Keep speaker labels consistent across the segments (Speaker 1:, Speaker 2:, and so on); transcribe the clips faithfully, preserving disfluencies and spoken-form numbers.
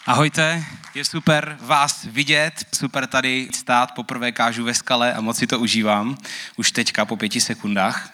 Speaker 1: Ahojte, je super vás vidět, super tady stát, poprvé kážu ve Skale a moc si to užívám, už teďka po pěti sekundách.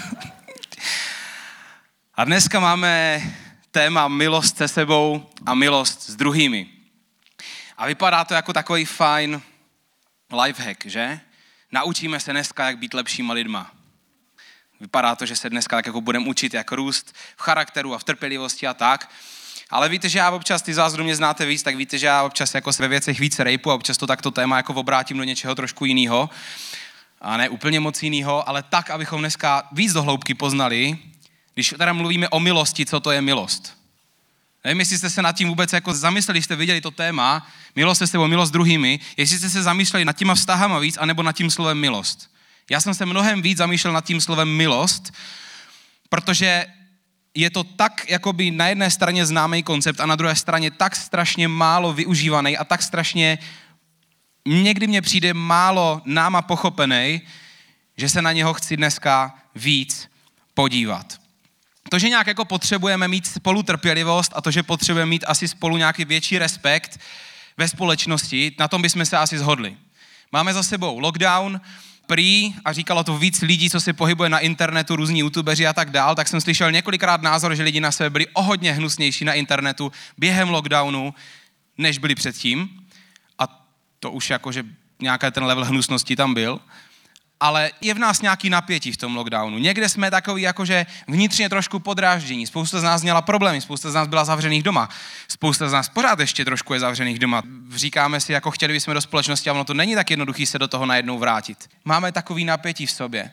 Speaker 1: A dneska máme téma milost se sebou a milost s druhými. A vypadá to jako takový fajn lifehack, že? Naučíme se dneska, jak být lepšíma lidma. Vypadá to, že se dneska tak jako budeme učit, jak růst v charakteru a v trpělivosti a tak. Ale víte, že já občas, ty z vás, kdo mě znáte víc, tak víte, že já občas jako ve věcech víc rejpu a občas to takto téma jako obrátím do něčeho trošku jiného. A ne úplně moc jiného, ale tak, abychom dneska víc do hloubky poznali, když teda mluvíme o milosti, co to je milost. Nevím, jestli jste se nad tím vůbec jako zamysleli, jste viděli to téma, milost se sebou, milost s druhými, jestli jste se zamýšleli nad těma vztahama víc, anebo nad tím slovem milost. Já jsem se mnohem víc zamýšlel nad tím slovem milost, protože je to tak jakoby na jedné straně známý koncept a na druhé straně tak strašně málo využívaný a tak strašně někdy mně přijde málo náma pochopený, že se na něho chci dneska víc podívat. To, že nějak jako potřebujeme mít spolu trpělivost a to, že potřebujeme mít asi spolu nějaký větší respekt ve společnosti, na tom bychom se asi shodli. Máme za sebou lockdown, prý, a říkalo to víc lidí, co se pohybuje na internetu, různí youtubeři a tak dál, tak jsem slyšel několikrát názor, že lidi na sebe byli o hodně hnusnější na internetu během lockdownu, než byli předtím. A to už jako, že nějaký ten level hnusnosti tam byl. Ale je v nás nějaký napětí v tom lockdownu. Někde jsme takový jakože vnitřně trošku podráždění. Spousta z nás měla problémy, spousta z nás byla zavřených doma. Spousta z nás pořád ještě trošku je zavřených doma. Říkáme si, jako chtěli bychom do společnosti, a ono to není tak jednoduchý se do toho najednou vrátit. Máme takový napětí v sobě.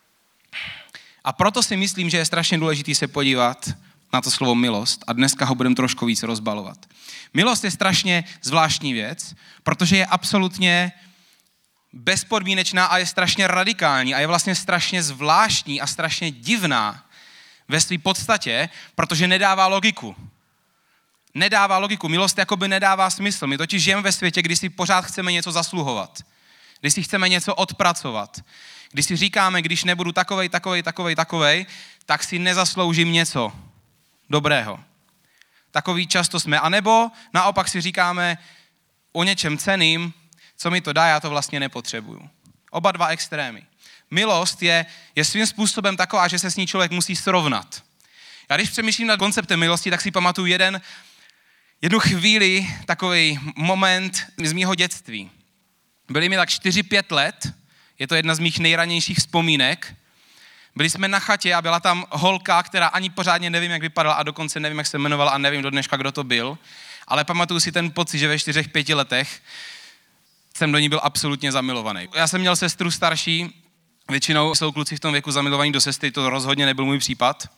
Speaker 1: A proto si myslím, že je strašně důležitý se podívat na to slovo milost a dneska ho budeme trošku víc rozbalovat. Milost je strašně zvláštní věc, protože je absolutně bezpodmínečná a je strašně radikální a je vlastně strašně zvláštní a strašně divná ve své podstatě, protože nedává logiku. Nedává logiku. Milost jakoby nedává smysl. My totiž žijeme ve světě, kdy si pořád chceme něco zasluhovat. Kdy si chceme něco odpracovat. Když si říkáme, když nebudu takovej, takovej, takovej, takovej, tak si nezasloužím něco dobrého. Takový často jsme. A nebo naopak si říkáme o něčem cenným, co mi to dá, já to vlastně nepotřebuju. Oba dva extrémy. Milost je, je svým způsobem taková, že se s ní člověk musí srovnat. Já když přemýšlím nad konceptem milosti, tak si pamatuju jeden, jednu chvíli, takový moment z mýho dětství. Byli mi tak čtyři pět let, je to jedna z mých nejranějších vzpomínek. Byli jsme na chatě a byla tam holka, která ani pořádně nevím, jak vypadala a dokonce nevím, jak se jmenovala a nevím do dneška, kdo to byl. Ale pamatuju si ten pocit, že ve čtyřech pěti letech jsem do ní byl absolutně zamilovaný. Já jsem měl sestru starší, většinou jsou kluci v tom věku zamilovaní do sestry, to rozhodně nebyl můj případ.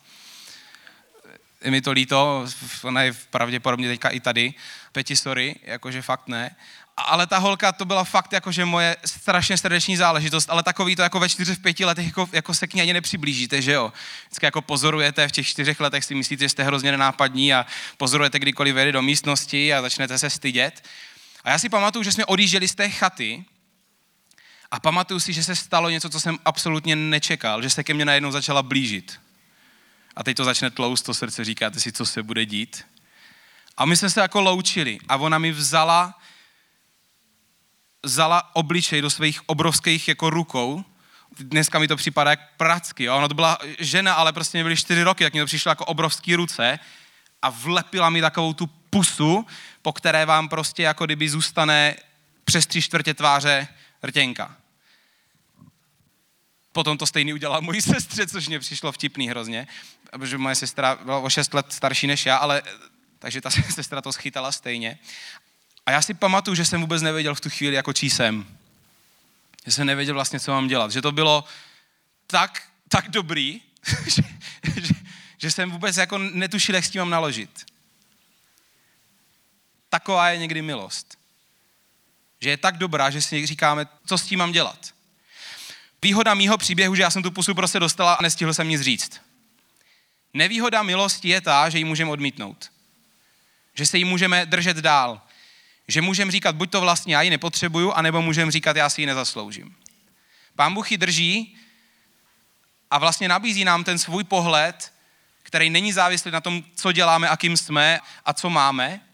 Speaker 1: Je mi to líto, ona je pravděpodobně teďka i tady. Peti, sorry, jakože fakt ne. Ale ta holka, to byla fakt jakože moje strašně srdeční záležitost, ale takový to jako ve čtyřech, pěti letech jako, jako se k ní ani nepřiblížíte, že jo. Vždycky jako pozorujete, v těch čtyřech letech si myslíte, že jste hrozně nenápadní a pozorujete kdykoliv vejde do místnosti a začnete se stydět. A já si pamatuju, že jsme odjížděli z té chaty a pamatuju si, že se stalo něco, co jsem absolutně nečekal, že se ke mně najednou začala blížit. A teď to začne tloust, to srdce, říkáte si, co se bude dít. A my jsme se jako loučili a ona mi vzala, vzala obličej do svých obrovských jako rukou. Dneska mi to připadá jak pracky, jo? Ona to byla žena, ale prostě mi byly čtyři roky, tak mi to přišlo jako obrovský ruce a vlepila mi takovou tu pusu, po které vám prostě jako kdyby zůstane přes tři čtvrtě tváře rtěnka. Potom to stejný udělala mojí sestře, což mě přišlo vtipný hrozně, protože moje sestra byla o šest let starší než já, ale takže ta sestra to schytala stejně. A já si pamatuju, že jsem vůbec nevěděl v tu chvíli, jako čí jsem. Že jsem nevěděl vlastně, co mám dělat. Že to bylo tak, tak dobrý, že, že, že jsem vůbec jako netušil, jak s tím mám naložit. Taková je někdy milost. Že je tak dobrá, že si říkáme, co s tím mám dělat. Výhoda mýho příběhu, že já jsem tu pusu prostě dostala a nestihl jsem nic říct. Nevýhoda milosti je ta, že ji můžeme odmítnout. Že se ji můžeme držet dál. Že můžeme říkat, buď to vlastně já ji nepotřebuju, anebo můžeme říkat, já si ji nezasloužím. Pán Bůh ji drží a vlastně nabízí nám ten svůj pohled, který není závislý na tom, co děláme a kým jsme a co máme,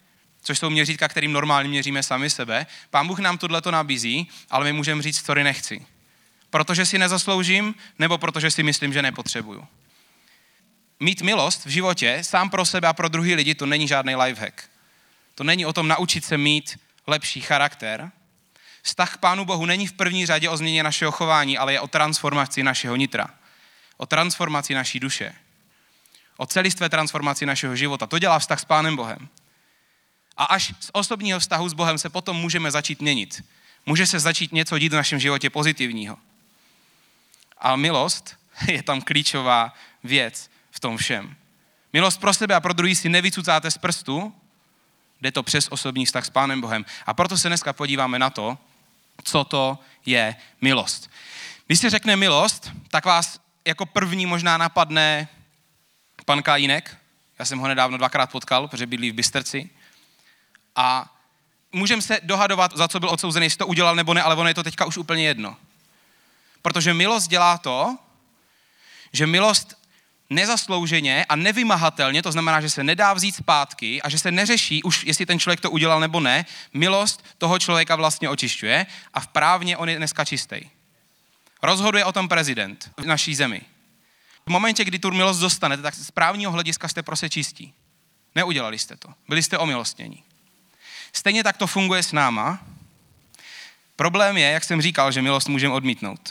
Speaker 1: což jsou měřítka, kterým normálně měříme sami sebe. Pán Bůh nám tohleto nabízí, ale my můžeme říct, sorry, nechci. Protože si nezasloužím, nebo protože si myslím, že nepotřebuju. Mít milost v životě sám pro sebe a pro druhý lidi, to není žádný lifehack. To není o tom naučit se mít lepší charakter. Vztah k Pánu Bohu není v první řadě o změně našeho chování, ale je o transformaci našeho nitra. O transformaci naší duše. O celistvé transformaci našeho života. To dělá vztah s Pánem Bohem. A až z osobního vztahu s Bohem se potom můžeme začít měnit. Může se začít něco dít v našem životě pozitivního. A milost je tam klíčová věc v tom všem. Milost pro sebe a pro druhý si nevycucáte z prstu, jde to přes osobní vztah s Pánem Bohem. A proto se dneska podíváme na to, co to je milost. Když se řekne milost, tak vás jako první možná napadne pan Kajínek. Já jsem ho nedávno dvakrát potkal, protože bydlí v Bystrci. A můžeme se dohadovat, za co byl odsouzený, jestli to udělal nebo ne, ale ono je to teďka už úplně jedno. Protože milost dělá to, že milost nezaslouženě a nevymahatelně, to znamená, že se nedá vzít zpátky a že se neřeší už, jestli ten člověk to udělal nebo ne, milost toho člověka vlastně očišťuje a v právně on je dneska čistý. Rozhoduje o tom prezident v naší zemi. V momentě, kdy tu milost dostanete, tak z právního hlediska jste prostě čistí. Neudělali jste to. Byli jste omilostnění. Stejně tak to funguje s náma. Problém je, jak jsem říkal, že milost můžeme odmítnout.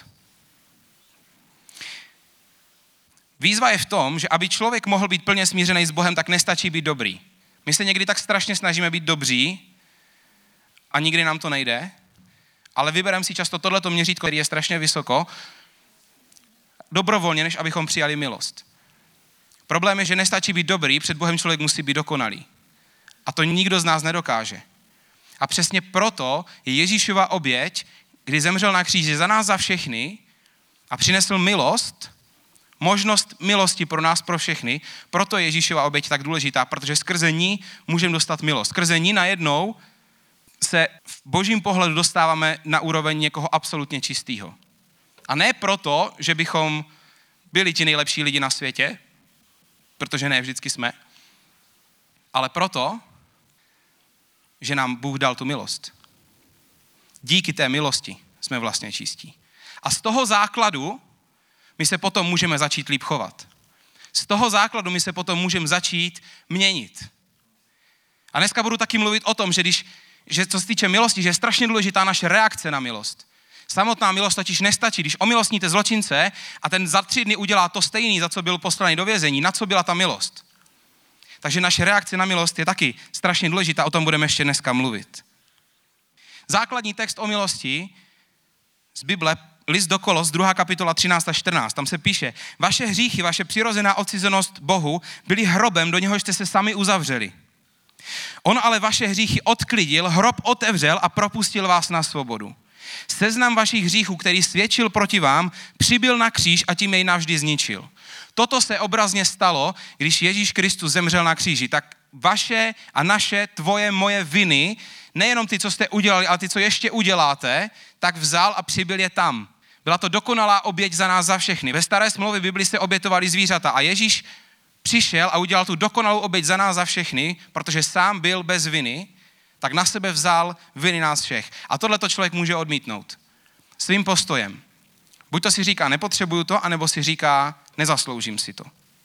Speaker 1: Výzva je v tom, že aby člověk mohl být plně smířený s Bohem, tak nestačí být dobrý. My se někdy tak strašně snažíme být dobří a nikdy nám to nejde, ale vybereme si často tohleto měřítko, který je strašně vysoko, dobrovolně, než abychom přijali milost. Problém je, že nestačí být dobrý, před Bohem člověk musí být dokonalý. A to nikdo z nás nedokáže. A přesně proto je Ježíšova oběť, kdy zemřel na kříži za nás za všechny a přinesl milost, možnost milosti pro nás, pro všechny, proto je Ježíšova oběť tak důležitá, protože skrze ní můžeme dostat milost. Skrze ní najednou se v božím pohledu dostáváme na úroveň někoho absolutně čistého. A ne proto, že bychom byli ti nejlepší lidi na světě, protože ne vždycky jsme, ale proto, že nám Bůh dal tu milost. Díky té milosti jsme vlastně čistí. A z toho základu my se potom můžeme začít líp chovat. Z toho základu my se potom můžeme začít měnit. A dneska budu taky mluvit o tom, že, když, že co se týče milosti, že je strašně důležitá naše reakce na milost. Samotná milost totiž nestačí. Když omilostníte zločince a ten za tři dny udělá to stejný, za co byl poslaný do vězení, na co byla ta milost. Takže naše reakce na milost je taky strašně důležitá, o tom budeme ještě dneska mluvit. Základní text o milosti z Bible, list do Kolos, druhá kapitola třináct a čtrnáct, tam se píše, vaše hříchy, vaše přirozená odcizenost Bohu byly hrobem, do něhož jste se sami uzavřeli. On ale vaše hříchy odklidil, hrob otevřel a propustil vás na svobodu. Seznam vašich hříchů, který svědčil proti vám, přibyl na kříž a tím jej navždy zničil. Toto se obrazně stalo, když Ježíš Kristus zemřel na kříži. Tak vaše a naše, tvoje, moje viny, nejenom ty, co jste udělali, ale ty, co ještě uděláte, tak vzal a přibyl je tam. Byla to dokonalá oběť za nás, za všechny. Ve staré smlouvě Bibli se obětovali zvířata a Ježíš přišel a udělal tu dokonalou oběť za nás, za všechny, protože sám byl bez viny, tak na sebe vzal viny nás všech. A tohleto člověk může odmítnout svým postojem. Buď to si říká, nepotřebuju to, anebo si říká, nezasloužím si to.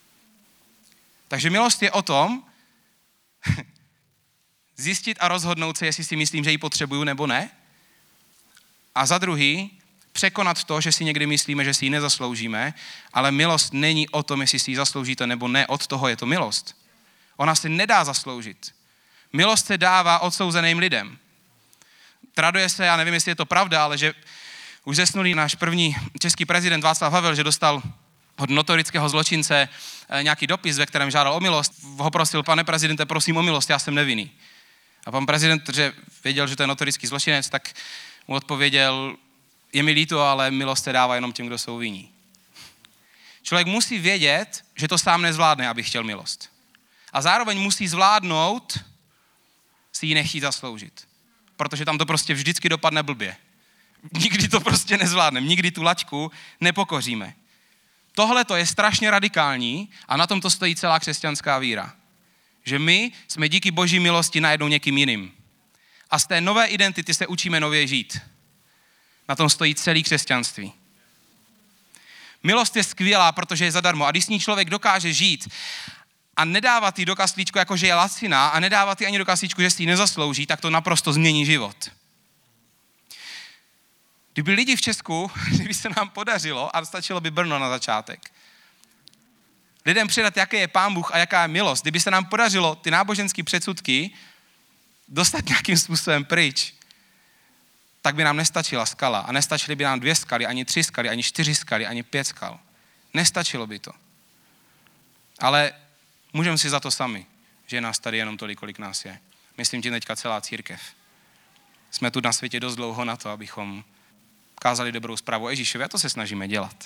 Speaker 1: Takže milost je o tom zjistit a rozhodnout se, jestli si myslím, že ji potřebuju nebo ne. A za druhý, překonat to, že si někdy myslíme, že si ji nezasloužíme, ale milost není o tom, jestli si ji zasloužíte nebo ne, od toho je to milost. Ona se nedá zasloužit. Milost se dává odsouzeným lidem. Traduje se, já nevím, jestli je to pravda, ale že už zesnulý náš první český prezident Václav Havel, že dostal od notorického zločince nějaký dopis, ve kterém žádal o milost, ho prosil, pane prezidente, prosím o milost, já jsem nevinný. A pan prezident, že věděl, že to je notorický zločinec, tak mu odpověděl, je mi líto, ale milost se dává jenom těm, kdo jsou vinní. Člověk musí vědět, že to sám nezvládne, aby chtěl milost. A zároveň musí zvládnout si ji nechtít zasloužit. Protože tam to prostě vždycky dopadne blbě. Nikdy to prostě nezvládneme, nikdy tu laťku nepokoříme. Tohle to je strašně radikální a na tom to stojí celá křesťanská víra. Že my jsme díky boží milosti najednou někým jiným. A z té nové identity se učíme nově žít. Na tom stojí celé křesťanství. Milost je skvělá, protože je zadarmo. A když s ní člověk dokáže žít a nedávat jí do kaslíčku, jako že je laciná, a nedávat jí ani do kaslíčku, že si ji nezaslouží, tak to naprosto změní život. Kdyby lidi v Česku, kdyby se nám podařilo, a stačilo by Brno na začátek, lidem předat, jaký je Pán Bůh a jaká je milost, kdyby se nám podařilo ty náboženské předsudky dostat nějakým způsobem pryč, tak by nám nestačila skala. A nestačily by nám dvě skaly, ani tři skaly, ani čtyři skaly, ani pět skal. Nestačilo by to. Ale můžeme si za to sami, že je nás tady jenom tolik, kolik nás je. Myslím tím teďka celá církev. Jsme tu na světě dost dlouho na to, abychom kázali dobrou zprávu Ježíšovi, a to se snažíme dělat.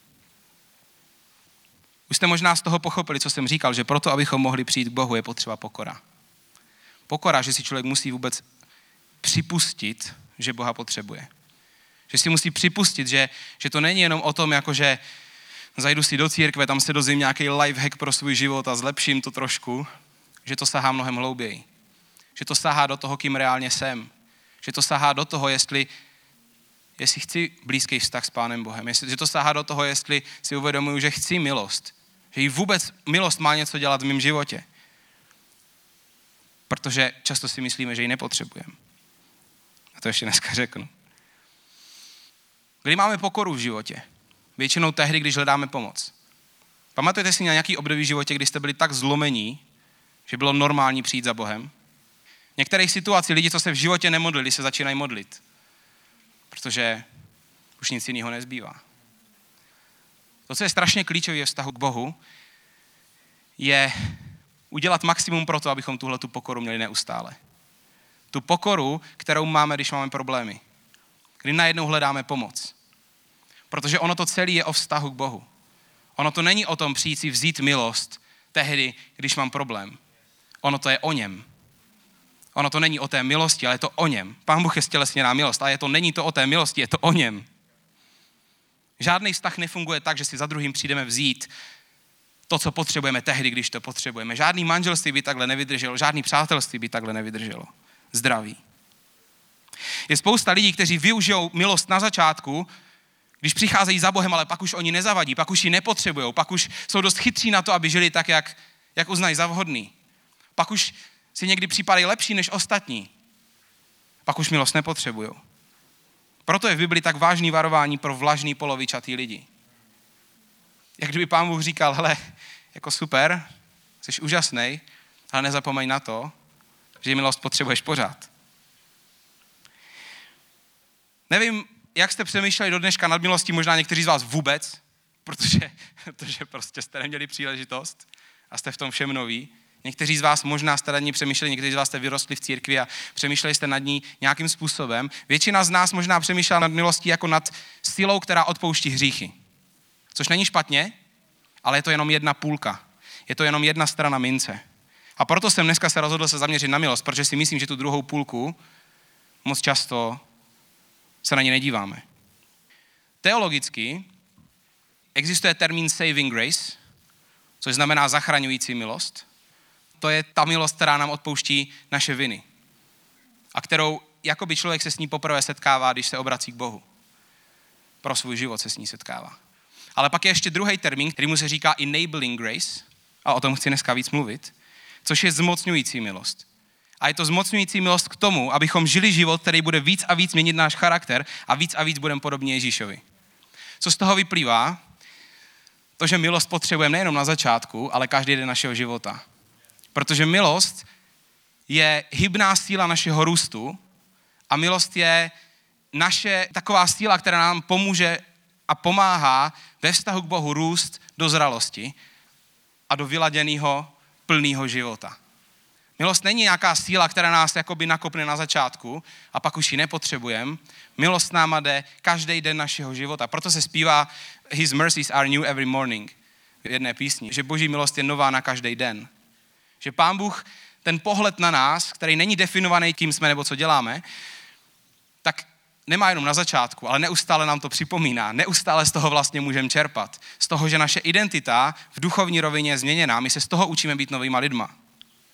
Speaker 1: Už jste možná z toho pochopili, co jsem říkal, že proto, abychom mohli přijít k Bohu, je potřeba pokora. Pokora, že si člověk musí vůbec připustit, že Boha potřebuje. Že si musí připustit, že, že to není jenom o tom, jako že zajdu si do církve, tam se dozvím nějaký life hack pro svůj život a zlepším to trošku, že to sahá mnohem hlouběji. Že to sahá do toho, kým reálně jsem. Že to sahá do toho, jestli, jestli chci blízký vztah s Pánem Bohem. Jestli, že to sahá do toho, jestli si uvědomuji, že chci milost. Že jí vůbec milost má něco dělat v mém životě. Protože často si myslíme, že ji nepotřebujeme. A to ještě dneska řeknu. Kdy máme pokoru v životě? Většinou tehdy, když hledáme pomoc. Pamatujete si na nějaký období v životě, kdy jste byli tak zlomení, že bylo normální přijít za Bohem? V některých situacích lidi, co se v životě nemodlili, se začínají modlit. Protože už nic jiného nezbývá. To, co je strašně klíčové ve vztahu k Bohu, je udělat maximum pro to, abychom tuhle tu pokoru měli neustále. Tu pokoru, kterou máme, když máme problémy. Kdy najednou hledáme pomoc. Protože ono to celé je o vztahu k Bohu. Ono to není o tom přijít si vzít milost tehdy, když mám problém. Ono to je o něm. Ono to není o té milosti, ale je to o něm. Pán Bůh je stělesněná milost, ale je to není to o té milosti, je to o něm. Žádný vztah nefunguje tak, že si za druhým přijdeme vzít to, co potřebujeme tehdy, když to potřebujeme. Žádný manželství by takhle nevydrželo, žádný přátelství by takhle nevydrželo. Zdraví. Je spousta lidí, kteří využijou milost na začátku, když přicházejí za Bohem, ale pak už oni nezavadí, pak už ji nepotřebujou, pak už jsou dost chytří na to, aby žili tak, jak, jak uznají za vhodný. Pak už si někdy připadají lepší než ostatní. Pak už milost nepotřebujou. Proto je v Bibli tak vážný varování pro vlažný polovičatý lidi. Jak kdyby Pán Bůh říkal, hele, jako super, jsi úžasnej, ale nezapomeň na to, že milost potřebuješ pořád. Nevím, jak jste přemýšleli do dneška nad milostí, možná někteří z vás vůbec, protože, protože prostě jste neměli příležitost a jste v tom všem noví. Někteří z vás možná jste nad ní přemýšleli, někteří z vás jste vyrostli v církvi a přemýšleli jste nad ní nějakým způsobem. Většina z nás možná přemýšlela nad milostí jako nad silou, která odpouští hříchy. Což není špatně, ale je to jenom jedna půlka. Je to jenom jedna strana mince. A proto jsem dneska se rozhodl se zaměřit na milost, protože si myslím, že tu druhou půlku moc často se na ně nedíváme. Teologicky existuje termín saving grace, což znamená zachraňující milost. To je ta milost, která nám odpouští naše viny. A kterou jakoby člověk se s ní poprvé setkává, když se obrací k Bohu. Pro svůj život se s ní setkává. Ale pak je ještě druhý termín, který mu se říká enabling grace, a o tom chci dneska víc mluvit, což je zmocňující milost. A je to zmocňující milost k tomu, abychom žili život, který bude víc a víc měnit náš charakter a víc a víc budeme podobní Ježíšovi. Co z toho vyplývá? To, že milost potřebujeme nejenom na začátku, ale každý den našeho života. Protože milost je hybná síla našeho růstu a milost je naše taková síla, která nám pomůže a pomáhá ve vztahu k Bohu růst do zralosti a do vyladěného plného života. Milost není nějaká síla, která nás jakoby nakopne na začátku a pak už ji nepotřebujeme. Milost náma jde každý den našeho života. Proto se zpívá His mercies are new every morning v jedné písni, že Boží milost je nová na každý den. Že Pán Bůh ten pohled na nás, který není definovaný, kým jsme nebo co děláme, tak nemá jenom na začátku, ale neustále nám to připomíná. Neustále z toho vlastně můžeme čerpat. Z toho, že naše identita v duchovní rovině je změněná. My se z toho učíme být novýma lidma.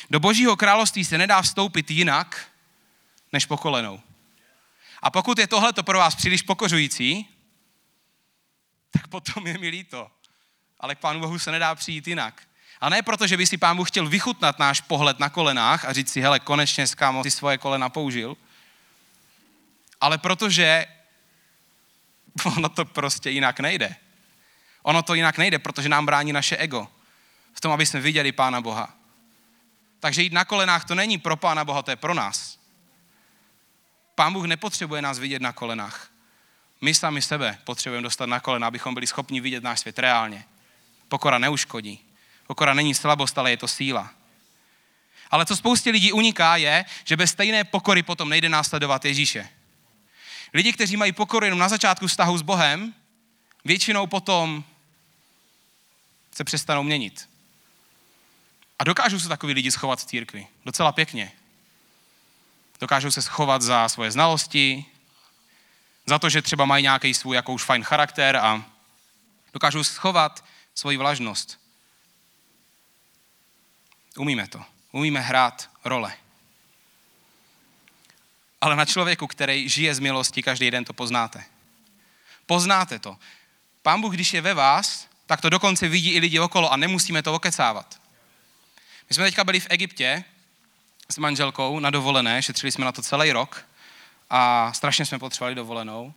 Speaker 1: Do Božího království se nedá vstoupit jinak, než po kolenou. A pokud je tohleto pro vás příliš pokořující, tak potom je mi líto. Ale k Pánu Bohu se nedá přijít jinak. A ne proto, že by si Pán Bůh chtěl vychutnat náš pohled na kolenách a říct si, hele, konečně, kámo, ty svoje kolena použil, ale protože ono to prostě jinak nejde. Ono to jinak nejde, protože nám brání naše ego v tom, aby jsme viděli Pána Boha. Takže jít na kolenách to není pro Pána Boha, to je pro nás. Pán Bůh nepotřebuje nás vidět na kolenách. My sami sebe potřebujeme dostat na kolena, abychom byli schopni vidět náš svět reálně. Pokora neuškodí. Pokora není slabost, ale je to síla. Ale co spoustě lidí uniká je, že bez stejné pokory potom nejde následovat Ježíše. Lidi, kteří mají pokoru jenom na začátku vztahu s Bohem, většinou potom se přestanou měnit. A dokážou se takový lidi schovat v církvi. Docela pěkně. Dokážou se schovat za svoje znalosti, za to, že třeba mají nějaký svůj jako už fajn charakter a dokážou schovat svoji vlažnost. Umíme to. Umíme hrát role. Ale na člověku, který žije z milosti, každý den to poznáte. Poznáte to. Pán Bůh, když je ve vás, tak to dokonce vidí i lidi okolo a nemusíme to okecávat. My jsme teďka byli v Egyptě s manželkou na dovolené, šetřili jsme na to celý rok a strašně jsme potřebovali dovolenou.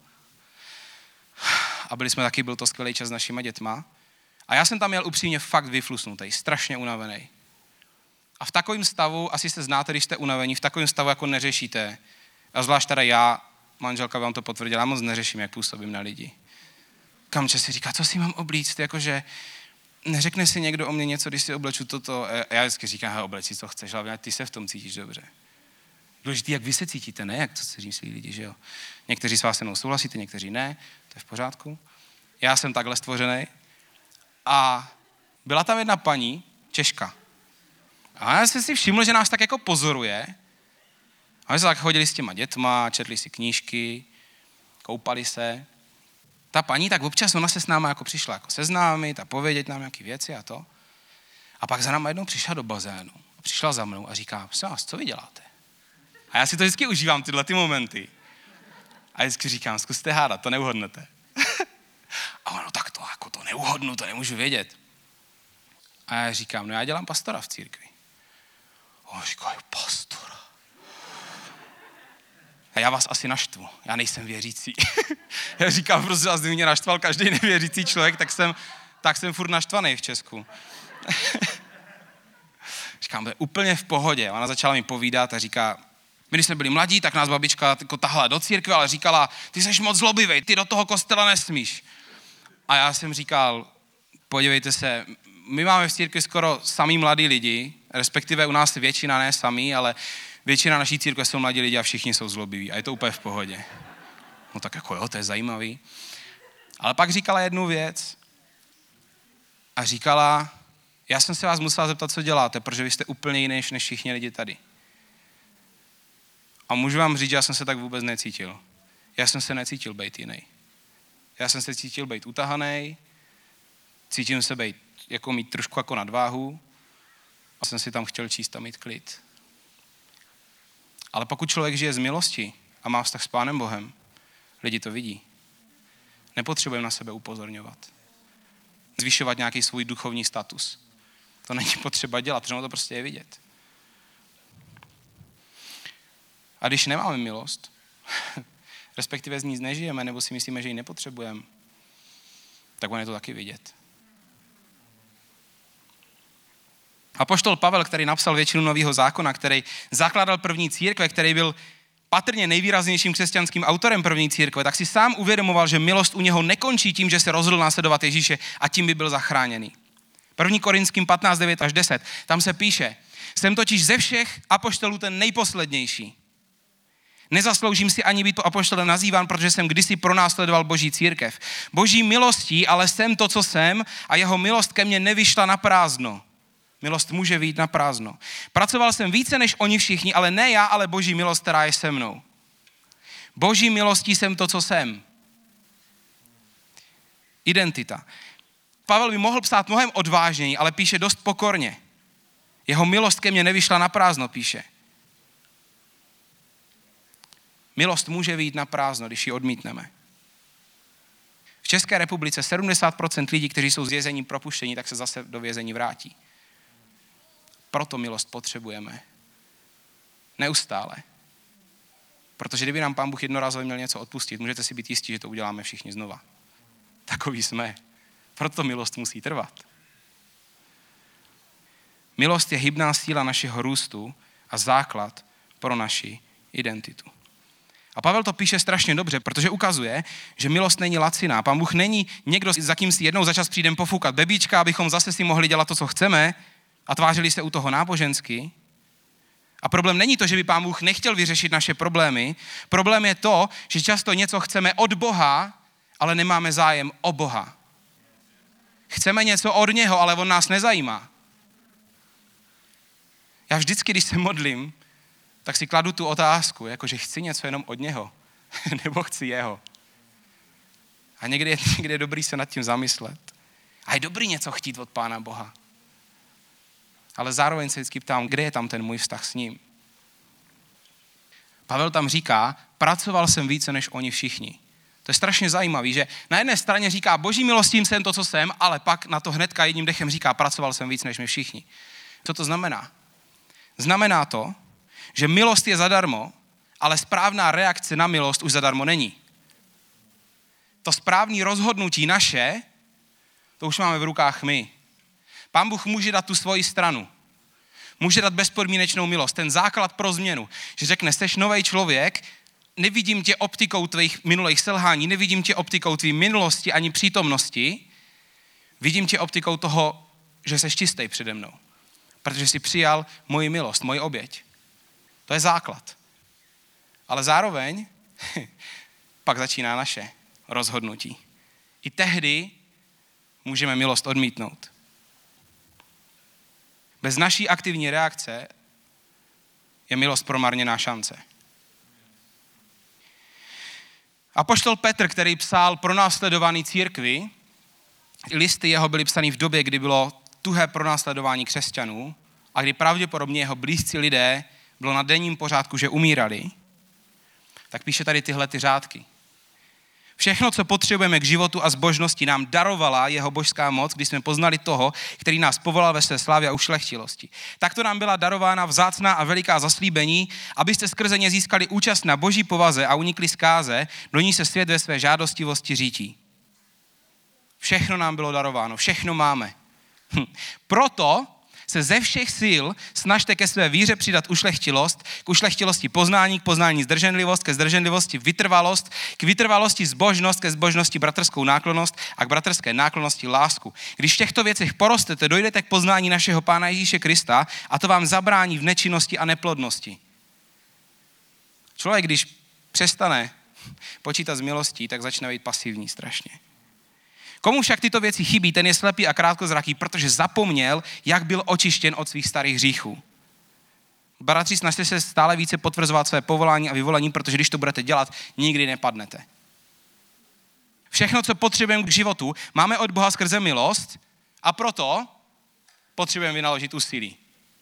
Speaker 1: A byli jsme taky, byl to skvělý čas s našima dětma. A já jsem tam měl upřímně fakt vyflusnutý, strašně unavený. A v takovém stavu, asi se znáte, když jste unavení, v takovém stavu jako neřešíte. A zvlášť teda já, manželka vám to potvrdila, já moc neřeším, jak působím na lidi. Kamče si říká, co si mám oblíct, jakože neřekne si někdo o mě něco, když si obleču toto. A já vždycky říkám, hej, obleci, co chceš, ale ty se v tom cítíš dobře. Důležitý, jak vy se cítíte, ne jak to se řící lidi, že jo. Někteří s vás se mnou souhlasíte, někteří ne, to je v pořádku. Já jsem takhle stvořený. A byla tam jedna paní, Češka. A já jsem si všiml, že nás tak jako pozoruje. A my jsme tak chodili s těma dětma, četli si knížky, koupali se. Ta paní tak občas, ona se s náma jako přišla jako seznámit a povědět nám nějaké věci a to. A pak za náma jednou přišla do bazénu. A přišla za mnou a říká, prosím vás, co vy děláte? A já si to vždycky užívám, tyhle ty momenty. A vždycky říkám, zkuste hádat, to neuhodnete. A ono, tak to jako to neuhodnu, to nemůžu vědět. A já říkám, no já dělám pastora v církvi. A on říká, pastora. A já vás asi naštvu, já nejsem věřící. Já říkám, prostě vás mě naštval každý nevěřící člověk, tak jsem, tak jsem furt naštvaný v Česku. Říkám, to je úplně v pohodě. Ona začala mi povídat a říká, my když jsme byli mladí, tak nás babička jako tahla do církve, ale říkala, ty jsi moc zlobivej, ty do toho kostela nesmíš. A já jsem říkal, podívejte se, my máme v církvi skoro samý mladí lidi, respektive u nás většina, ne samý, ale většina naší církve jsou mladí lidi a všichni jsou zlobiví a je to úplně v pohodě. No tak jako jo, to je zajímavý. Ale pak říkala jednu věc a říkala, já jsem se vás musela zeptat, co děláte, protože vy jste úplně jiný než všichni lidi tady. A můžu vám říct, že já jsem se tak vůbec necítil. Já jsem se necítil být jiný. Já jsem se cítil být utahaný, cítím se být, jako mít trošku jako nadváhu a jsem si tam chtěl číst a mít klid. Ale pokud člověk žije z milosti a má vztah s Pánem Bohem, lidi to vidí. Nepotřebujeme na sebe upozorňovat. Zvyšovat nějaký svůj duchovní status. To není potřeba dělat, protože to prostě je vidět. A když nemáme milost, respektive z ní nežijeme, nebo si myslíme, že ji nepotřebujeme, tak on je to taky vidět. Apoštol Pavel, který napsal většinu Nového zákona, který zakládal první církve, který byl patrně nejvýraznějším křesťanským autorem první církve, tak si sám uvědomoval, že milost u něho nekončí tím, že se rozhodl následovat Ježíše a tím by byl zachráněný. první Korinským patnáct, devět až deset, tam se píše, jsem totiž ze všech apoštolů ten nejposlednější. Nezasloužím si ani být po apoštolem nazýván, protože jsem kdysi pronásledoval Boží církev. Boží milostí, ale jsem to, co jsem a jeho milost ke mně nevyšla na prázdno. Milost může vyjít na prázdno. Pracoval jsem více než oni všichni, ale ne já, ale Boží milost, která je se mnou. Boží milostí jsem to, co jsem. Identita. Pavel by mohl psát mnohem odvážněji, ale píše dost pokorně. Jeho milost ke mně nevyšla na prázdno, píše. Milost může vyjít na prázdno, když ji odmítneme. V České republice sedmdesát procent lidí, kteří jsou z vězení propuštění, tak se zase do vězení vrátí. Proto milost potřebujeme. Neustále. Protože kdyby nám Pán Bůh jednorázově měl něco odpustit, můžete si být jistí, že to uděláme všichni znova. Takový jsme. Proto milost musí trvat. Milost je hybná síla našeho růstu a základ pro naši identitu. A Pavel to píše strašně dobře, protože ukazuje, že milost není laciná. Pán Bůh není někdo, za kým si jednou za čas přijdem pofoukat bebíčka, abychom zase si mohli dělat to, co chceme a tvářili se u toho nábožensky. A problém není to, že by Pán Bůh nechtěl vyřešit naše problémy. Problém je to, že často něco chceme od Boha, ale nemáme zájem o Boha. Chceme něco od něho, ale on nás nezajímá. Já vždycky, když se modlím, tak si kladu tu otázku, jakože chci něco jenom od něho, nebo chci jeho. A někdy je, někdy je dobrý se nad tím zamyslet. A je dobrý něco chtít od Pána Boha. Ale zároveň se vždycky ptám, kde je tam ten můj vztah s ním. Pavel tam říká, pracoval jsem více než oni všichni. To je strašně zajímavý, že na jedné straně říká, boží milostím jsem to, co jsem, ale pak na to hnedka jedním dechem říká, pracoval jsem víc než my všichni. Co to znamená? Znamená to, že milost je zadarmo, ale správná reakce na milost už zadarmo není. To správné rozhodnutí naše, to už máme v rukách my. Pán Bůh může dát tu svoji stranu. Může dát bezpodmínečnou milost, ten základ pro změnu. Že řekne, seš novej člověk, nevidím tě optikou tvých minulých selhání, nevidím tě optikou tvý minulosti ani přítomnosti, vidím tě optikou toho, že seš čistý přede mnou. Protože jsi přijal moji milost, moji oběť. To je základ. Ale zároveň pak začíná naše rozhodnutí. I tehdy můžeme milost odmítnout. Bez naší aktivní reakce je milost promarněná šance. Apoštol Petr, který psal pronásledovaný církvi, listy jeho byly psaný v době, kdy bylo tuhé pronásledování křesťanů a kdy pravděpodobně jeho blízcí lidé bylo na denním pořádku, že umírali, tak píše tady tyhle ty řádky. Všechno, co potřebujeme k životu a zbožnosti, nám darovala jeho božská moc, když jsme poznali toho, který nás povolal ve své slávě a ušlechtilosti. Takto nám byla darována vzácná a veliká zaslíbení, abyste skrze ně získali účast na boží povaze a unikli zkáze, do ní se svět ve své žádostivosti řítí. Všechno nám bylo darováno, všechno máme. Hm. Proto se ze všech sil snažte ke své víře přidat ušlechtilost, k ušlechtilosti poznání, k poznání zdrženlivost, ke zdrženlivosti vytrvalost, k vytrvalosti zbožnost, ke zbožnosti bratrskou náklonnost a k bratrské náklonnosti lásku. Když v těchto věcech porostete, dojdete k poznání našeho Pána Ježíše Krista a to vám zabrání v nečinnosti a neplodnosti. Člověk, když přestane počítat s milostí, tak začne být pasivní strašně. Komu však tyto věci chybí, ten je slepý a krátkozraký, protože zapomněl, jak byl očištěn od svých starých hříchů. Bratři, snažte se stále více potvrzovat své povolání a vyvolení, protože když to budete dělat, nikdy nepadnete. Všechno, co potřebujeme k životu, máme od Boha skrze milost a proto potřebujeme vynaložit úsilí.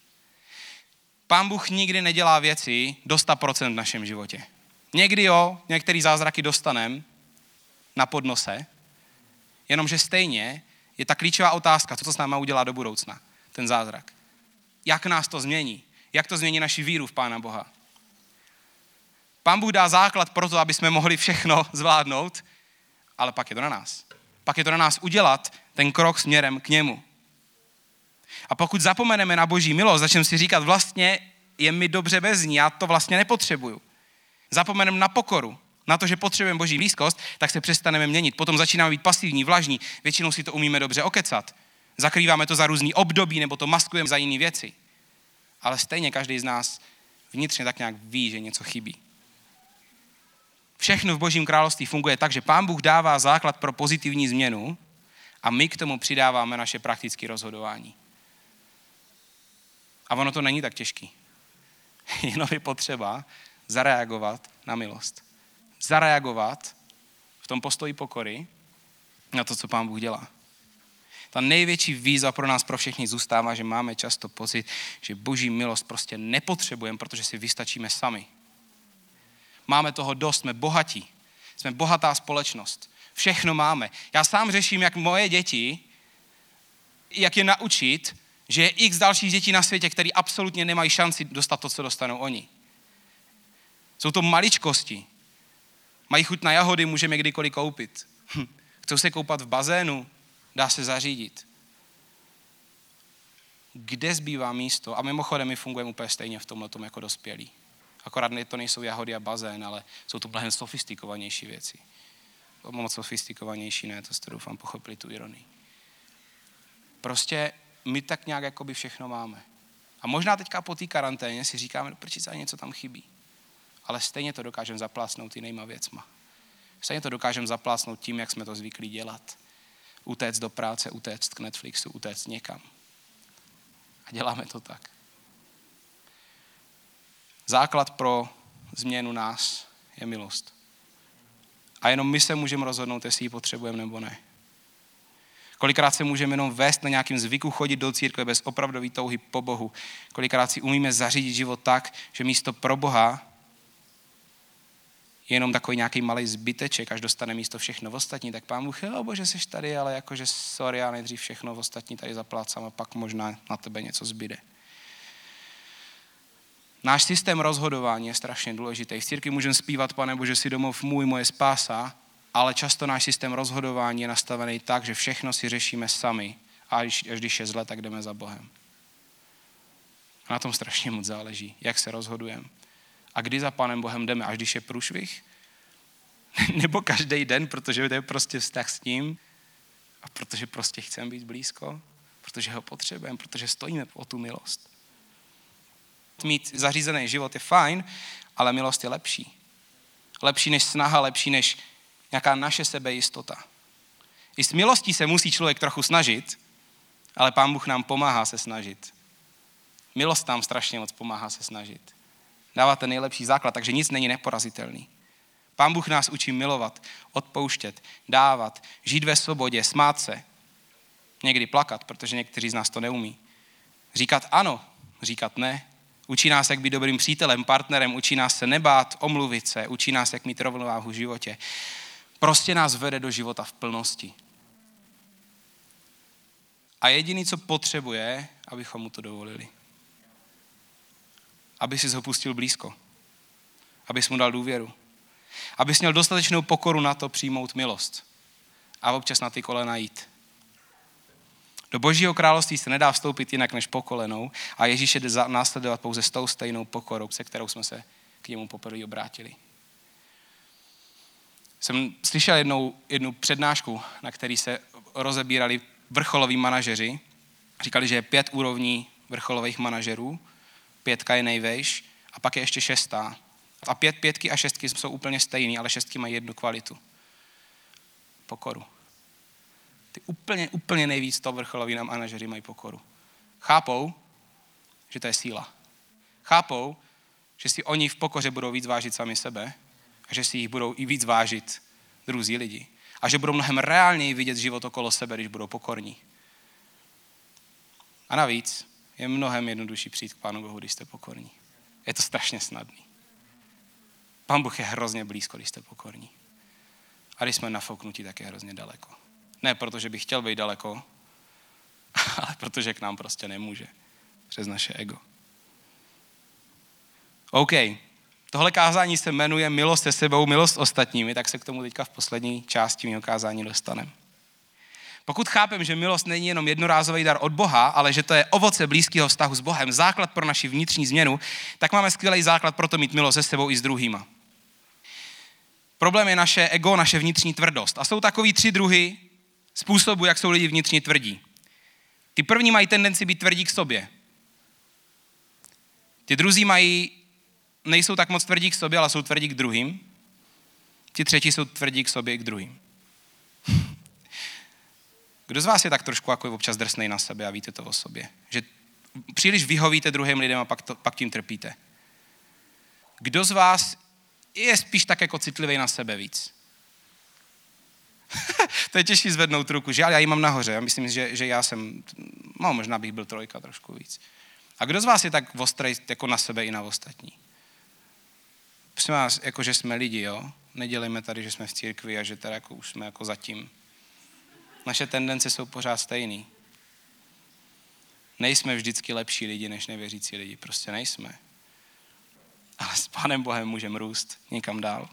Speaker 1: Pán Bůh nikdy nedělá věci do sto procent v našem životě. Někdy jo, některé zázraky dostaneme na podnose, jenomže stejně je ta klíčová otázka, co to s náma udělá do budoucna, ten zázrak. Jak nás to změní? Jak to změní naši víru v Pána Boha? Pán Bůh dá základ pro to, aby jsme mohli všechno zvládnout, ale pak je to na nás. Pak je to na nás udělat ten krok směrem k němu. A pokud zapomeneme na Boží milost, začneme si říkat, vlastně je mi dobře bez ní, já to vlastně nepotřebuju. Zapomeneme na pokoru, na to, že potřebujeme Boží blízkost, tak se přestaneme měnit. Potom začínáme být pasivní, vlažní. Většinou si to umíme dobře okecat. Zakrýváme to za různý období, nebo to maskujeme za jiné věci. Ale stejně každý z nás vnitřně tak nějak ví, že něco chybí. Všechno v Božím království funguje tak, že Pán Bůh dává základ pro pozitivní změnu a my k tomu přidáváme naše praktické rozhodování. A ono to není tak těžký. Jenom je potřeba zareagovat na milost. Zareagovat v tom postoji pokory na to, co Pán Bůh dělá. Ta největší výzva pro nás, pro všechny zůstává, že máme často pocit, že boží milost prostě nepotřebujeme, protože si vystačíme sami. Máme toho dost, jsme bohatí. Jsme bohatá společnost. Všechno máme. Já sám řeším, jak moje děti, jak je naučit, že je x dalších dětí na světě, které absolutně nemají šanci dostat to, co dostanou oni. Jsou to maličkosti. Mají chuť na jahody, můžeme kdykoliv koupit. Chcou se koupat v bazénu, dá se zařídit. Kde zbývá místo? A mimochodem my fungujeme úplně stejně v tomhletom jako dospělí. Akorát to nejsou jahody a bazén, ale jsou to mnohem sofistikovanější věci. Moc sofistikovanější, ne, to jste doufám pochopili tu ironii. Prostě my tak nějak jakoby všechno máme. A možná teďka po té karanténě si říkáme, proč se něco tam chybí. Ale stejně to dokážeme zaplácnout jinýma věcma. Stejně to dokážeme zaplácnout tím, jak jsme to zvyklí dělat. Utéct do práce, utéct k Netflixu, utéct někam. A děláme to tak. Základ pro změnu nás je milost. A jenom my se můžeme rozhodnout, jestli ji potřebujeme nebo ne. Kolikrát se můžeme jenom vést na nějakým zvyku chodit do církve bez opravdový touhy po Bohu. Kolikrát si umíme zařídit život tak, že místo pro Boha je jenom takový nějaký malý zbyteček, až dostane místo všechno ostatní, tak Pán Bůh, jo Bože, seš tady, ale jakože sorry, já nejdřív všechno ostatní tady zaplácám a pak možná na tebe něco zbyde. Náš systém rozhodování je strašně důležitý. V církvi můžeme zpívat, Pane Bože, si domov můj, moje spása, ale často náš systém rozhodování je nastavený tak, že všechno si řešíme sami a až, až když je zle, tak jdeme za Bohem. A na tom strašně moc záleží, jak se rozhodujeme. A kdy za Pánem Bohem jdeme, až když je průšvih? Nebo každý den, protože to je prostě vztah s ním a protože prostě chceme být blízko, protože ho potřebujeme, protože stojíme o tu milost. Mít zařízený život je fajn, ale milost je lepší. Lepší než snaha, lepší než nějaká naše sebejistota. I s milostí se musí člověk trochu snažit, ale Pán Bůh nám pomáhá se snažit. Milost nám strašně moc pomáhá se snažit. Dává ten nejlepší základ, takže nic není neporazitelný. Pán Bůh nás učí milovat, odpouštět, dávat, žít ve svobodě, smát se. Někdy plakat, protože někteří z nás to neumí. Říkat ano, říkat ne. Učí nás, jak být dobrým přítelem, partnerem, učí nás se nebát, omluvit se, učí nás, jak mít rovnováhu v životě. Prostě nás vede do života v plnosti. A jediný, co potřebuje, abychom mu to dovolili. Aby si ho pustil blízko. Abys mu dal důvěru. Abys měl dostatečnou pokoru na to přijmout milost. A občas na ty kolena jít. Do Božího království se nedá vstoupit jinak než po kolenou a Ježíše jde následovat pouze s tou stejnou pokorou, se kterou jsme se k němu poprvé obrátili. Jsem slyšel jednou, jednu přednášku, na který se rozebírali vrcholoví manažeři. Říkali, že je pět úrovní vrcholových manažerů, pětka je nejvejš a pak je ještě šestá. A pět, pětky a šestky jsou úplně stejný, ale šestky mají jednu kvalitu. Pokoru. Ty úplně, úplně nejvíc to vrcholoví manažeři mají pokoru. Chápou, že to je síla. Chápou, že si oni v pokoře budou víc vážit sami sebe a že si jich budou i víc vážit druzí lidi. A že budou mnohem reálněji vidět život okolo sebe, když budou pokorní. A navíc je mnohem jednodušší přijít k Pánu Bohu, když jste pokorní. Je to strašně snadný. Pán Bůh je hrozně blízko, když jste pokorní. A když jsme nafouknutí, tak je hrozně daleko. Ne proto, že bych chtěl být daleko, ale protože k nám prostě nemůže. Přes naše ego. OK. Tohle kázání se jmenuje milost se sebou, milost ostatními, tak se k tomu teďka v poslední části mého kázání dostaneme. Pokud chápem, že milost není jenom jednorázový dar od Boha, ale že to je ovoce blízkého vztahu s Bohem, základ pro naši vnitřní změnu, tak máme skvělý základ pro to mít milost se sebou i s druhýma. Problém je naše ego, naše vnitřní tvrdost. A jsou takový tři druhy způsobu, jak jsou lidi vnitřně tvrdí. Ty první mají tendenci být tvrdí k sobě. Ty druzí mají, nejsou tak moc tvrdí k sobě, ale jsou tvrdí k druhým. Ti třetí jsou tvrdí k sobě i k druhým. Kdo z vás je tak trošku jako občas drsnej na sebe a víte to o sobě? Že příliš vyhovíte druhým lidem a pak, to, pak tím trpíte. Kdo z vás je spíš tak jako citlivý na sebe víc? To je těžší zvednout ruku, že? Ale já ji mám nahoře. Já myslím, že, že já jsem, no možná bych byl trojka trošku víc. A kdo z vás je tak ostrej jako na sebe i na ostatní? Prosím vás, jako že jsme lidi, jo? Nedělejme tady, že jsme v církvi a že tady jako už jsme jako zatím. Naše tendence jsou pořád stejný. Nejsme vždycky lepší lidi, než nevěřící lidi. Prostě nejsme. Ale s Pánem Bohem můžeme růst někam dál.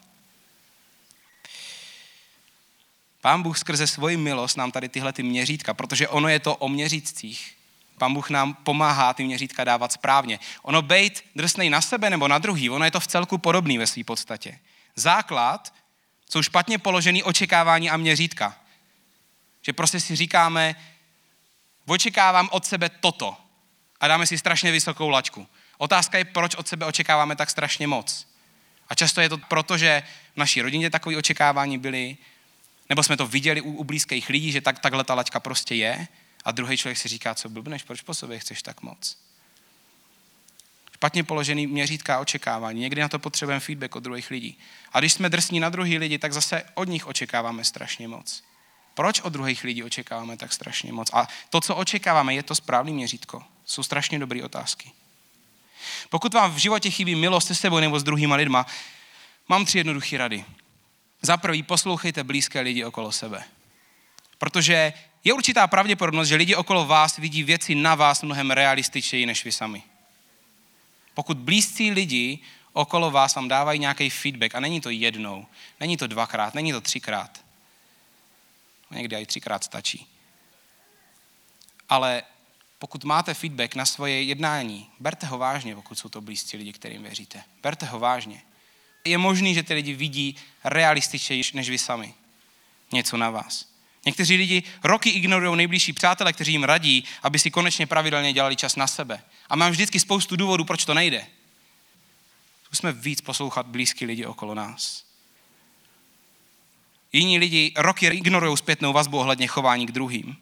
Speaker 1: Pán Bůh skrze svoji milost nám tady tyhle ty měřítka, protože ono je to o měřítcích. Pán Bůh nám pomáhá ty měřítka dávat správně. Ono bejt drsnej na sebe nebo na druhý, ono je to v celku podobný ve své podstatě. Základ jsou špatně položený očekávání a měřítka. Že prostě si říkáme, očekávám od sebe toto a dáme si strašně vysokou laťku. Otázka je, proč od sebe očekáváme tak strašně moc. A často je to proto, že v naší rodině takové očekávání byly, nebo jsme to viděli u, u blízkých lidí, že tak, takhle ta laťka prostě je a druhý člověk si říká, co blbneš, proč po sobě chceš tak moc. Špatně položený měřítka a očekávání. Někdy na to potřebujeme feedback od druhých lidí. A když jsme drsní na druhý lidi, tak zase od nich očekáváme strašně moc. Proč od druhých lidí očekáváme tak strašně moc? A to, co očekáváme, je to správný měřítko. Jsou strašně dobré otázky. Pokud vám v životě chybí milost se sebou nebo s druhýma lidma, mám tři jednoduché rady. Za prvý, poslouchejte blízké lidi okolo sebe. Protože je určitá pravděpodobnost, že lidi okolo vás vidí věci na vás mnohem realističtěji než vy sami. Pokud blízcí lidi okolo vás vám dávají nějaký feedback, a není to jednou, není to dvakrát, není to třikrát, někdy i třikrát stačí. Ale pokud máte feedback na svoje jednání, berte ho vážně, pokud jsou to blízcí lidi, kterým věříte. Berte ho vážně. Je možný, že ty lidi vidí realističtěji než vy sami něco na vás. Někteří lidi roky ignorují nejbližší přátele, kteří jim radí, aby si konečně pravidelně dělali čas na sebe. A mám vždycky spoustu důvodů, proč to nejde. Zkusme víc poslouchat blízký lidi okolo nás. Jiní lidi roky ignorují zpětnou vazbu ohledně chování k druhým.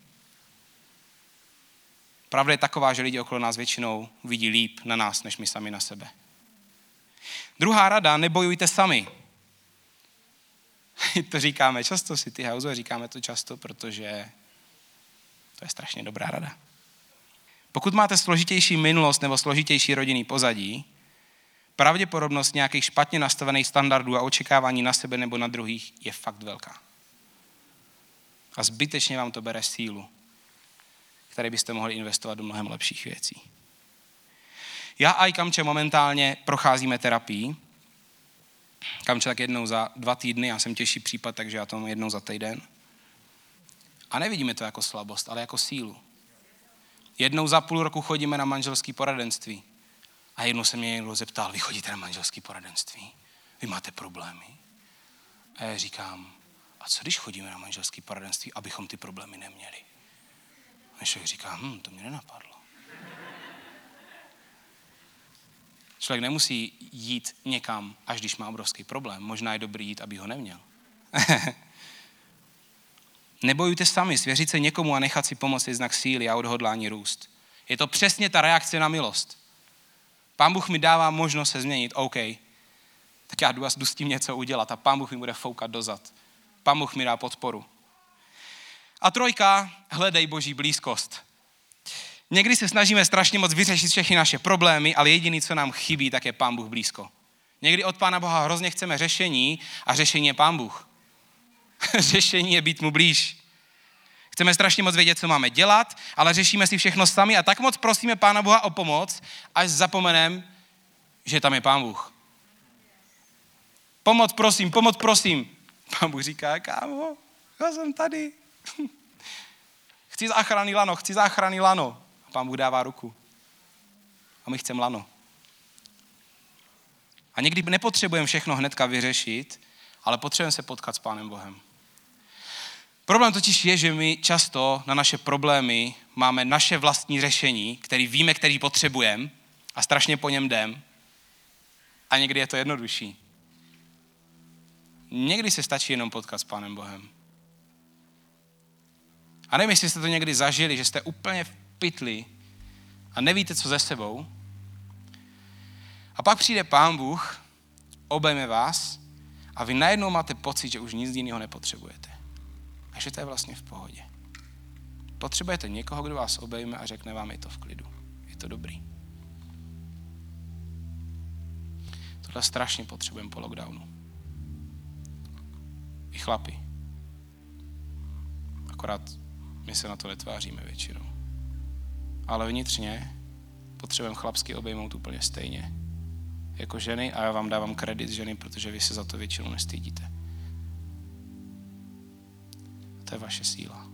Speaker 1: Pravda je taková, že lidi okolo nás většinou vidí líp na nás, než my sami na sebe. Druhá rada, nebojujte sami. To říkáme často, City House, říkáme to často, protože to je strašně dobrá rada. Pokud máte složitější minulost nebo složitější rodinný pozadí, pravděpodobnost nějakých špatně nastavených standardů a očekávání na sebe nebo na druhých je fakt velká. A zbytečně vám to bere sílu, které byste mohli investovat do mnohem lepších věcí. Já a i Kamče momentálně procházíme terapii. Kamče tak jednou za dva týdny, já jsem těžší případ, takže já to mám jednou za týden. A nevidíme to jako slabost, ale jako sílu. Jednou za půl roku chodíme na manželské poradenství. A jednou se mě někdo zeptal, vy chodíte na manželské poradenství? Vy máte problémy? A já říkám, a co když chodíme na manželské poradenství, abychom ty problémy neměli? A člověk říká, hm, to mě nenapadlo. Člověk nemusí jít někam, až když má obrovský problém. Možná je dobrý jít, aby ho neměl. Nebojujte sami, svěřit se někomu a nechat si pomoct je znak síly a odhodlání růst. Je to přesně ta reakce na milost. Pán Bůh mi dává možnost se změnit, OK, tak já jdu, jdu s tím něco udělat a Pán Bůh mi bude foukat dozad. Pán Bůh mi dá podporu. A trojka, hledej Boží blízkost. Někdy se snažíme strašně moc vyřešit všechny naše problémy, ale jediný, co nám chybí, tak je Pán Bůh blízko. Někdy od Pána Boha hrozně chceme řešení a řešení je Pán Bůh. Řešení je být mu blíž. Chceme strašně moc vědět, co máme dělat, ale řešíme si všechno sami a tak moc prosíme Pána Boha o pomoc, až zapomenem, že tam je Pán Bůh. Pomoc prosím, pomoc prosím. Pán Bůh říká, kámo, já jsem tady. Chci záchranný lano, chci záchranný lano. A Pán Bůh dává ruku. A my chceme lano. A někdy nepotřebujeme všechno hnedka vyřešit, ale potřebujeme se potkat s Pánem Bohem. Problém totiž je, že my často na naše problémy máme naše vlastní řešení, který víme, který potřebujeme a strašně po něm jdem. A někdy je to jednodušší. Někdy se stačí jenom potkat s Pánem Bohem. A nevím, jestli jste to někdy zažili, že jste úplně v pytli a nevíte, co ze sebou. A pak přijde Pán Bůh, obejme vás a vy najednou máte pocit, že už nic jiného nepotřebujete. A že to je vlastně v pohodě. Potřebujete někoho, kdo vás obejme a řekne vám, je to v klidu. Je to dobrý. Tohle strašně potřebujeme po lockdownu. I chlapi. Akorát my se na to netváříme většinou. Ale vnitřně potřebujeme chlapsky obejmout úplně stejně jako ženy a já vám dávám kredit ženy, protože vy se za to většinou nestydíte. A to je vaše síla.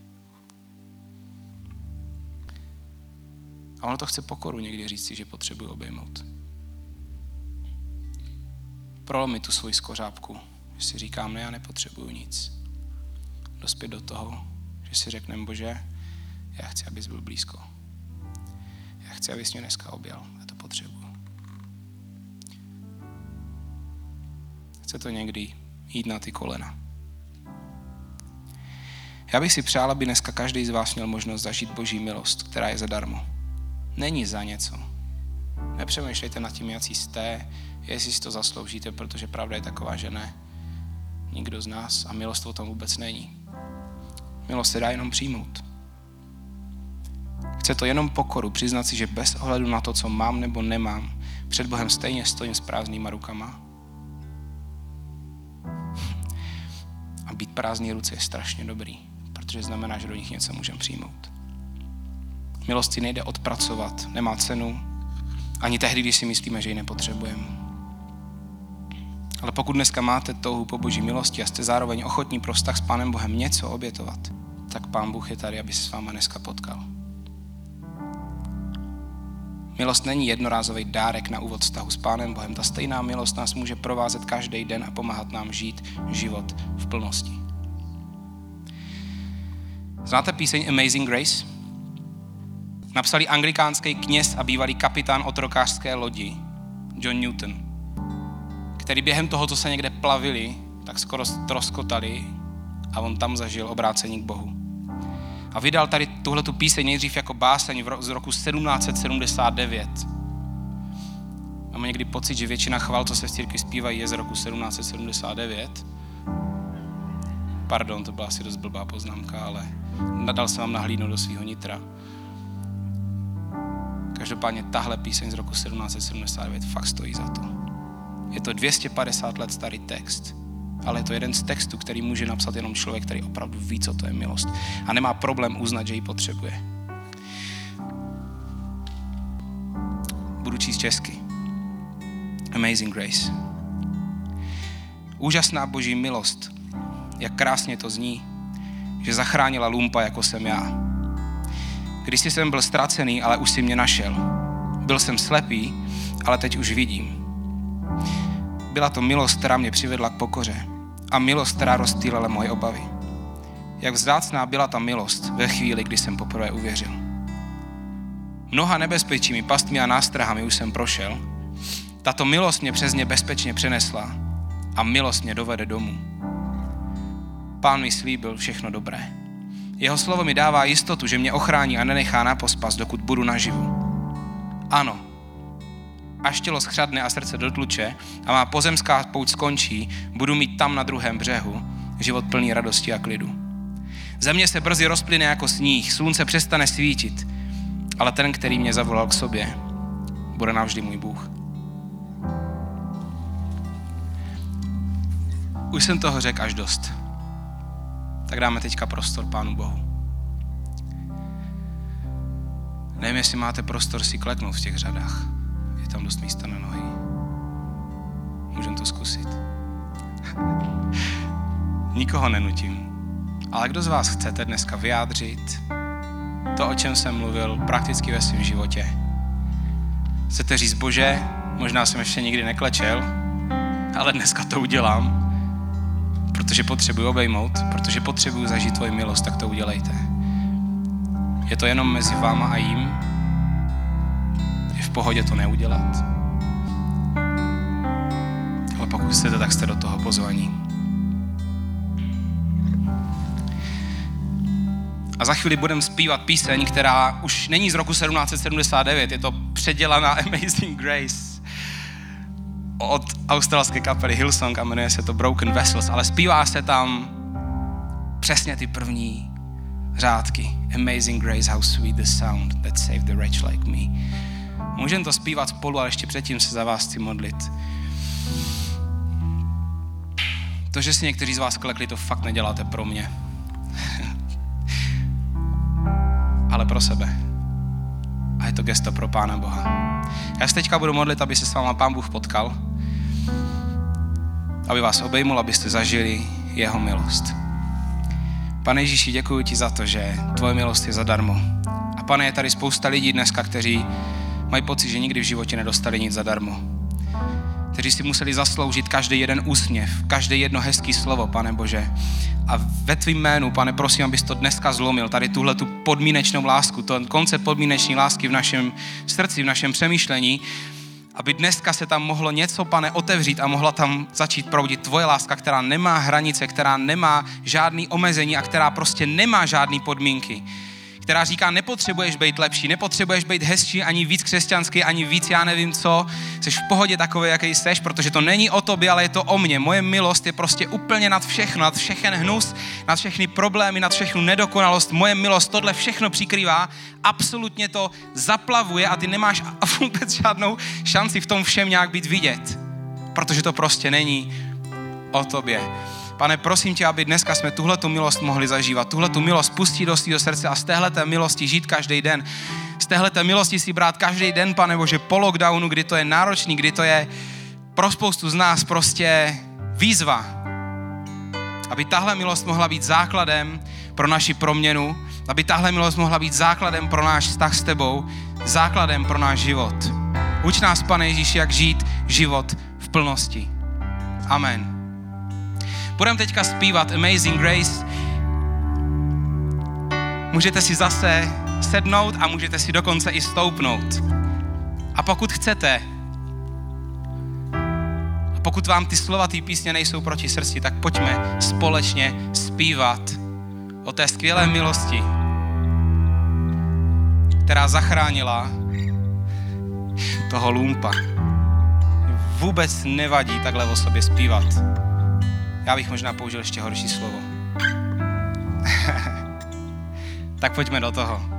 Speaker 1: A ono to chce pokoru někdy říct si, že potřebuji obejmout. Prolomit tu svoji skořápku, že si říkám, ne, já nepotřebuju nic. Dospět do toho, že si řekneme, Bože, já chci, abys byl blízko. Já chci, abys mě dneska objal, já to potřebuju. Chce to někdy jít na ty kolena. Já bych si přál, aby dneska každý z vás měl možnost zažít Boží milost, která je zadarmo. Není za něco. Nepřemýšlejte nad tím, jaký jste, jestli si to zasloužíte, protože pravda je taková, že ne. Nikdo z nás a milost o tom vůbec není. Milost se dá jenom přijmout. Chce to jenom pokoru, přiznat si, že bez ohledu na to, co mám nebo nemám, před Bohem stejně stojím s prázdnýma rukama. A být prázdný ruce je strašně dobrý, protože znamená, že do nich něco můžeme přijmout. Milost si nejde odpracovat, nemá cenu, ani tehdy, když si myslíme, že ji nepotřebujeme. Ale pokud dneska máte touhu po Boží milosti a jste zároveň ochotní pro vztah s Pánem Bohem něco obětovat, tak Pán Bůh je tady, aby se s váma dneska potkal. Milost není jednorázový dárek na úvod vztahu s Pánem Bohem. Ta stejná milost nás může provázet každý den a pomáhat nám žít život v plnosti. Znáte píseň Amazing Grace? Napsal ji anglikánský kněz a bývalý kapitán otrokářské lodi John Newton, který během toho, co se někde plavili, tak skoro ztroskotali a on tam zažil obrácení k Bohu. A vydal tady tuhletu píseň nejdřív jako báseň z roku sedmnáct set sedmdesát devět. Máme někdy pocit, že většina chval, co se v církvi zpívají, je z roku sedmnáct set sedmdesát devět. Pardon, to byla asi dost blbá poznámka, ale nadal jsem vám nahlídnout do svého nitra. Každopádně tahle píseň z roku sedmnáct set sedmdesát devět fakt stojí za to. Je to dvě stě padesát let starý text, ale je to jeden z textů, který může napsat jenom člověk, který opravdu ví, co to je milost a nemá problém uznat, že ji potřebuje. Budu číst česky. Amazing Grace. Úžasná Boží milost, jak krásně to zní, že zachránila lumpa, jako jsem já. Kdysi jsem byl ztracený, ale už si mě našel. Byl jsem slepý, ale teď už vidím. Byla to milost, která mě přivedla k pokoře a milost, která rozptýlila moje obavy. Jak vzácná byla ta milost ve chvíli, kdy jsem poprvé uvěřil. Mnoha nebezpečími, pastmi a nástrahami už jsem prošel. Tato milost mě přes ně bezpečně přenesla a milost mě dovede domů. Pán mi slíbil všechno dobré. Jeho slovo mi dává jistotu, že mě ochrání a nenechá na pospas, dokud budu naživu. Ano, až tělo schřadne a srdce dotluče a má pozemská pouť skončí, budu mít tam na druhém břehu život plný radosti a klidu. Země se brzy rozplyne jako sníh, slunce přestane svítit, ale ten, který mě zavolal k sobě, bude navždy můj Bůh. Už jsem toho řekl až dost. Tak dáme teďka prostor Pánu Bohu. Nevím, jestli máte prostor si kleknout v těch řadách. Je tam dost místa na nohy. Můžeme to zkusit. Nikoho nenutím. Ale kdo z vás chcete dneska vyjádřit to, o čem jsem mluvil prakticky ve svém životě? Chcete říct, Bože, možná jsem ještě nikdy neklečel, ale dneska to udělám, protože potřebuji obejmout, protože potřebuji zažít tvoji milost, tak to udělejte. Je to jenom mezi váma a jím. Je v pohodě to neudělat. Ale pokud chcete, tak jste do toho pozvaní. A za chvíli budeme zpívat píseň, která už není z roku sedmnáct set sedmdesát devět, je to předělaná Amazing Grace od australské kapely Hillsong a jmenuje se to Broken Vessels, ale zpívá se tam přesně ty první řádky. Amazing grace, how sweet the sound that saved the wretch like me. Můžeme to zpívat spolu, ale ještě předtím se za vás chci modlit. To, že si někteří z vás klekli, to fakt neděláte pro mě. Ale pro sebe. A je to gesto pro Pána Boha. Já se teďka budu modlit, aby se s váma Pán Bůh potkal. Aby vás obejmul, abyste zažili jeho milost. Pane Ježíši, děkuji ti za to, že tvoje milost je zadarmo. A pane, je tady spousta lidí dneska, kteří mají pocit, že nikdy v životě nedostali nic zadarmo. Kteří si museli zasloužit každý jeden úsměv, každé jedno hezký slovo, Pane Bože. A ve tvým jménu, Pane, prosím, abys to dneska zlomil, tady tuhle tu podmínečnou lásku, ten koncept podmínečné lásky v našem srdci, v našem přemýšlení, aby dneska se tam mohlo něco, Pane, otevřít a mohla tam začít proudit tvoje láska, která nemá hranice, která nemá žádný omezení a která prostě nemá žádný podmínky. Která říká, nepotřebuješ být lepší, nepotřebuješ být hezčí, ani víc křesťanský, ani víc já nevím co. Jsi v pohodě takový, jaký jsi, protože to není o tobě, ale je to o mně. Moje milost je prostě úplně nad všechno, nad všechen hnus, nad všechny problémy, nad všechnu nedokonalost. Moje milost tohle všechno přikrývá, absolutně to zaplavuje a ty nemáš vůbec žádnou šanci v tom všem nějak být vidět, protože to prostě není o tobě. Pane, prosím tě, aby dneska jsme tuhletu milost mohli zažívat, tuhletu milost pustit do svého srdce a z téhleté milosti žít každý den. Z téhleté milosti si brát každý den, Pane Bože, po lockdownu, kdy to je náročný, kdy to je pro spoustu z nás prostě výzva. Aby tahle milost mohla být základem pro naši proměnu, aby tahle milost mohla být základem pro náš vztah s tebou, základem pro náš život. Uč nás, Pane Ježíši, jak žít život v plnosti. Amen. Budeme teďka zpívat Amazing Grace. Můžete si zase sednout a můžete si dokonce i stoupnout. A pokud chcete, a pokud vám ty slova té písně nejsou proti srdci, tak pojďme společně zpívat o té skvělé milosti, která zachránila toho lumpa. Vůbec nevadí takhle o sobě zpívat. Já bych možná použil ještě horší slovo. Tak pojďme do toho.